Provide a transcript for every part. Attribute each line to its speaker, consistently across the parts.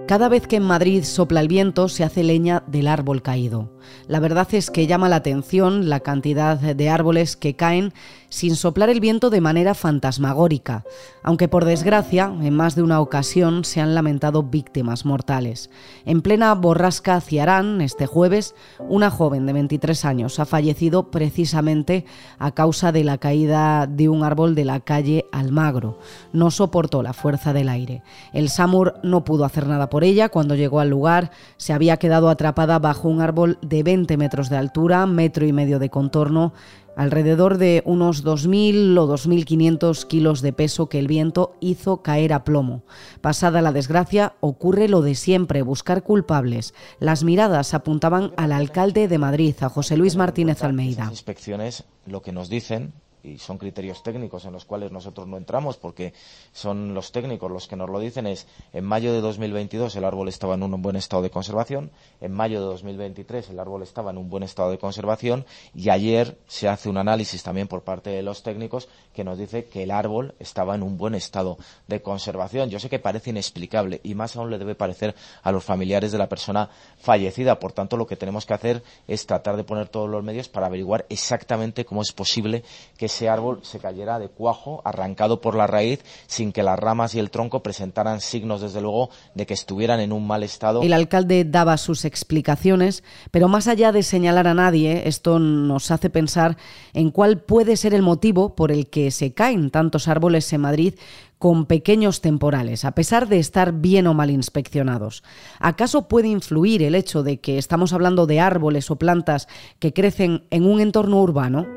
Speaker 1: Cada vez que en Madrid sopla el viento se hace leña del árbol caído. La verdad es que llama la atención la cantidad de árboles que caen sin soplar el viento de manera fantasmagórica, aunque por desgracia en más de una ocasión se han lamentado víctimas mortales. En plena borrasca Ciarán, este jueves, una joven de 23 años ha fallecido precisamente a causa de la caída de un árbol de la calle Almagro. No soportó la fuerza del aire. El SAMUR no pudo hacer nada por ella. Cuando llegó al lugar, se había quedado atrapada bajo un árbol de 20 metros de altura, 1,5 metros de contorno, alrededor de unos 2.000 o 2.500 kilos de peso que el viento hizo caer a plomo. Pasada la desgracia, ocurre lo de siempre, buscar culpables. Las miradas apuntaban al alcalde de Madrid, a José Luis Martínez Almeida.
Speaker 2: Esas inspecciones lo que nos dicen, y son criterios técnicos en los cuales nosotros no entramos porque son los técnicos los que nos lo dicen, es en mayo de 2022 el árbol estaba en un buen estado de conservación, en mayo de 2023 el árbol estaba en un buen estado de conservación y ayer se hace un análisis también por parte de los técnicos que nos dice que el árbol estaba en un buen estado de conservación. Yo sé que parece inexplicable y más aún le debe parecer a los familiares de la persona fallecida. Por tanto, lo que tenemos que hacer es tratar de poner todos los medios para averiguar exactamente cómo es posible que ese árbol se cayera de cuajo, arrancado por la raíz, sin que las ramas y el tronco presentaran signos, desde luego, de que estuvieran en un mal estado.
Speaker 1: El alcalde daba sus explicaciones, pero más allá de señalar a nadie, esto nos hace pensar en cuál puede ser el motivo por el que se caen tantos árboles en Madrid con pequeños temporales, a pesar de estar bien o mal inspeccionados. ¿Acaso puede influir el hecho de que estamos hablando de árboles o plantas que crecen en un entorno urbano?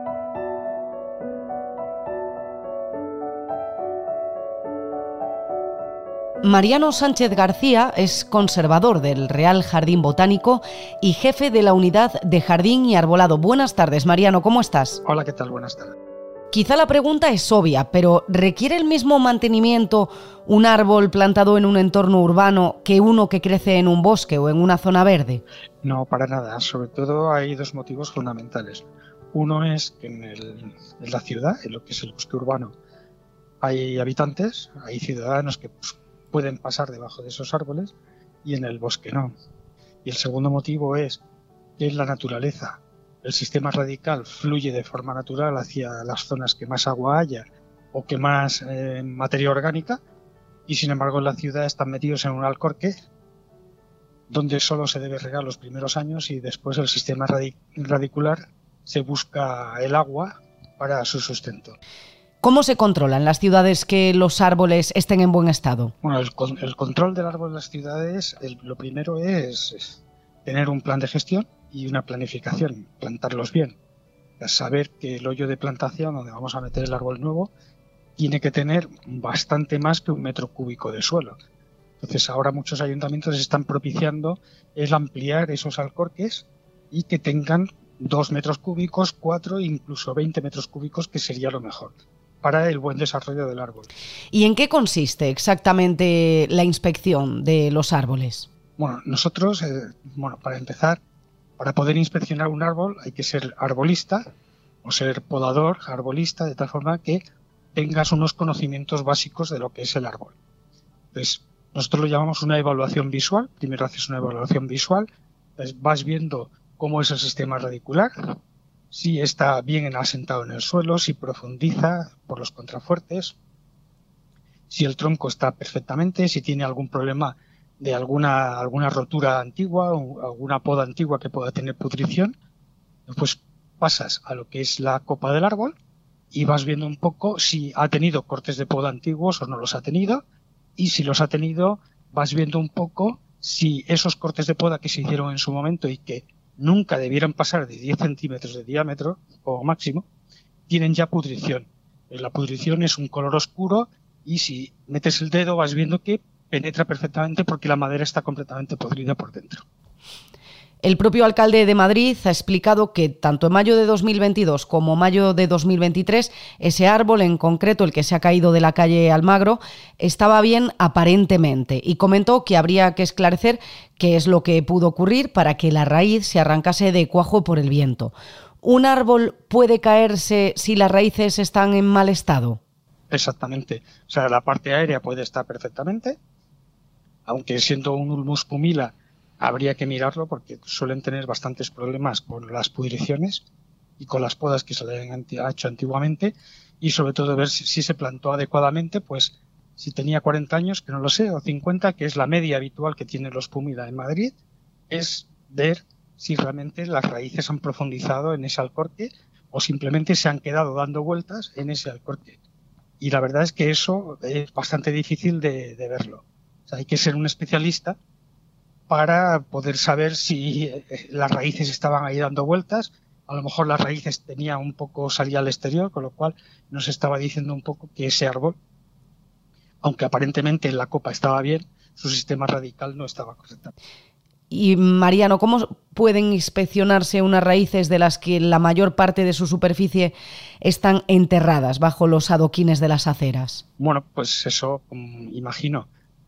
Speaker 1: Mariano Sánchez García es conservador del Real Jardín Botánico y jefe de la Unidad de Jardín y Arbolado. Buenas tardes, Mariano, ¿cómo estás?
Speaker 3: Hola, ¿qué tal? Buenas tardes.
Speaker 1: Quizá la pregunta es obvia, pero ¿requiere el mismo mantenimiento un árbol plantado en un entorno urbano que uno que crece en un bosque o en una zona verde?
Speaker 3: No, para nada. Sobre todo hay dos motivos fundamentales. Uno es que en la ciudad, en lo que es el bosque urbano, hay habitantes, hay ciudadanos que pueden pasar debajo de esos árboles y en el bosque no. Y el segundo motivo es que en la naturaleza el sistema radical fluye de forma natural hacia las zonas que más agua haya o que más materia orgánica, y sin embargo en la ciudad están metidos en un alcorque donde solo se debe regar los primeros años y después el sistema radicular se busca el agua para su sustento.
Speaker 1: ¿Cómo se controla en las ciudades que los árboles estén en buen estado?
Speaker 3: Bueno, el control del árbol en las ciudades, lo primero es tener un plan de gestión y una planificación, plantarlos bien. Saber que el hoyo de plantación donde vamos a meter el árbol nuevo tiene que tener bastante más que 1 metro cúbico de suelo. Entonces ahora muchos ayuntamientos están propiciando el ampliar esos alcorques y que tengan 2 metros cúbicos, 4, incluso 20 metros cúbicos, que sería lo mejor para el buen desarrollo del árbol.
Speaker 1: ¿Y en qué consiste exactamente la inspección de los árboles?
Speaker 3: Bueno, nosotros, para empezar, para poder inspeccionar un árbol hay que ser arbolista o ser podador, arbolista, de tal forma que tengas unos conocimientos básicos de lo que es el árbol. Entonces, nosotros lo llamamos una evaluación visual. Primero haces una evaluación visual, entonces vas viendo cómo es el sistema radicular, si está bien asentado en el suelo, si profundiza por los contrafuertes, si el tronco está perfectamente, si tiene algún problema de alguna rotura antigua o alguna poda antigua que pueda tener pudrición. Pues pasas a lo que es la copa del árbol y vas viendo un poco si ha tenido cortes de poda antiguos o no los ha tenido, y si los ha tenido vas viendo un poco si esos cortes de poda que se hicieron en su momento y que nunca debieran pasar de 10 centímetros de diámetro o máximo, tienen ya pudrición. La pudrición es un color oscuro y si metes el dedo vas viendo que penetra perfectamente porque la madera está completamente podrida por dentro.
Speaker 1: El propio alcalde de Madrid ha explicado que tanto en mayo de 2022 como mayo de 2023, ese árbol en concreto, el que se ha caído de la calle Almagro, estaba bien aparentemente, y comentó que habría que esclarecer qué es lo que pudo ocurrir para que la raíz se arrancase de cuajo por el viento. ¿Un árbol puede caerse si las raíces están en mal estado?
Speaker 3: Exactamente. O sea, la parte aérea puede estar perfectamente, aunque siendo un Ulmus pumila habría que mirarlo porque suelen tener bastantes problemas con las pudriciones y con las podas que se le han hecho antiguamente, y sobre todo ver si se plantó adecuadamente, pues si tenía 40 años, que no lo sé, o 50, que es la media habitual que tienen los pumila en Madrid, es ver si realmente las raíces han profundizado en ese alcorque o simplemente se han quedado dando vueltas en ese alcorque. Y la verdad es que eso es bastante difícil de verlo. O sea, hay que ser un especialista para poder saber si las raíces estaban ahí dando vueltas. A lo mejor las raíces tenían un poco, salía al exterior, con lo cual nos estaba diciendo un poco que ese árbol, aunque aparentemente en la copa estaba bien, su sistema radical no estaba correcto.
Speaker 1: Y Mariano, ¿cómo pueden inspeccionarse unas raíces de las que la mayor parte de su superficie están enterradas bajo los adoquines de las aceras?
Speaker 3: Bueno, pues eso, imagino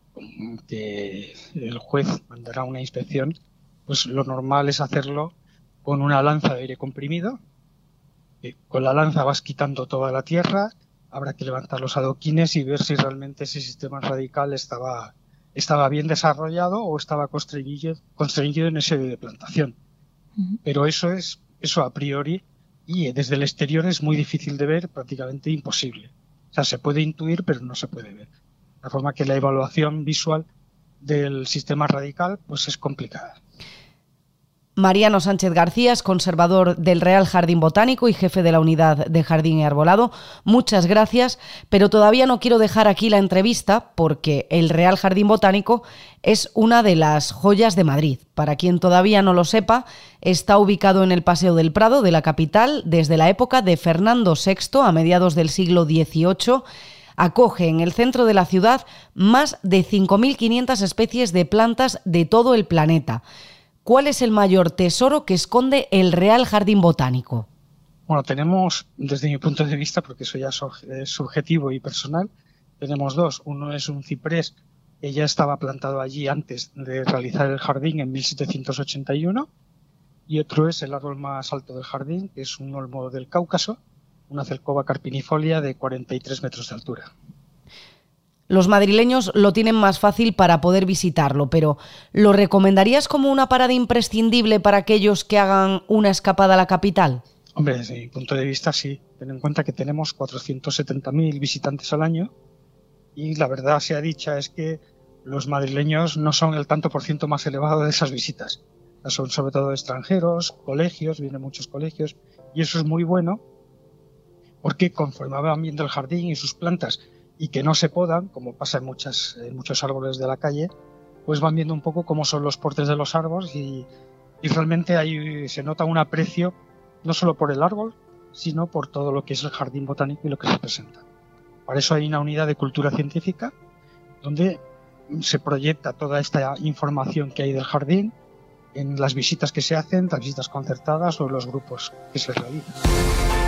Speaker 3: que el juez mandará una inspección, pues lo normal es hacerlo con una lanza de aire comprimido. Con la lanza vas quitando toda la tierra, habrá que levantar los adoquines y ver si realmente ese sistema radical estaba bien desarrollado o estaba constreñido en ese de plantación. Pero eso a priori, y desde el exterior es muy difícil de ver, prácticamente imposible. O sea, se puede intuir, pero no se puede ver. De forma que la evaluación visual del sistema radical pues es complicada.
Speaker 1: Mariano Sánchez García es conservador del Real Jardín Botánico y jefe de la Unidad de Jardín y Arbolado. Muchas gracias, pero todavía no quiero dejar aquí la entrevista porque el Real Jardín Botánico es una de las joyas de Madrid. Para quien todavía no lo sepa, está ubicado en el Paseo del Prado de la capital desde la época de Fernando VI a mediados del siglo XVIII. Acoge en el centro de la ciudad más de 5.500 especies de plantas de todo el planeta. ¿Cuál es el mayor tesoro que esconde el Real Jardín Botánico?
Speaker 3: Bueno, tenemos, desde mi punto de vista, porque eso ya es subjetivo y personal, tenemos dos. Uno es un ciprés que ya estaba plantado allí antes de realizar el jardín en 1781, y otro es el árbol más alto del jardín, que es un olmo del Cáucaso, una Celcova carpinifolia de 43 metros de altura.
Speaker 1: Los madrileños lo tienen más fácil para poder visitarlo, pero ¿lo recomendarías como una parada imprescindible para aquellos que hagan una escapada a la capital?
Speaker 3: Hombre, desde mi punto de vista sí. Ten en cuenta que tenemos 470.000 visitantes al año y la verdad sea dicha es que los madrileños no son el tanto por ciento más elevado de esas visitas. Son sobre todo extranjeros, colegios, vienen muchos colegios y eso es muy bueno porque conforme van viendo el jardín y sus plantas y que no se podan, como pasa en muchos árboles de la calle, pues van viendo un poco cómo son los portes de los árboles y realmente ahí se nota un aprecio no solo por el árbol, sino por todo lo que es el jardín botánico y lo que representa. Para eso hay una unidad de cultura científica donde se proyecta toda esta información que hay del jardín en las visitas que se hacen, las visitas concertadas o los grupos que se realizan.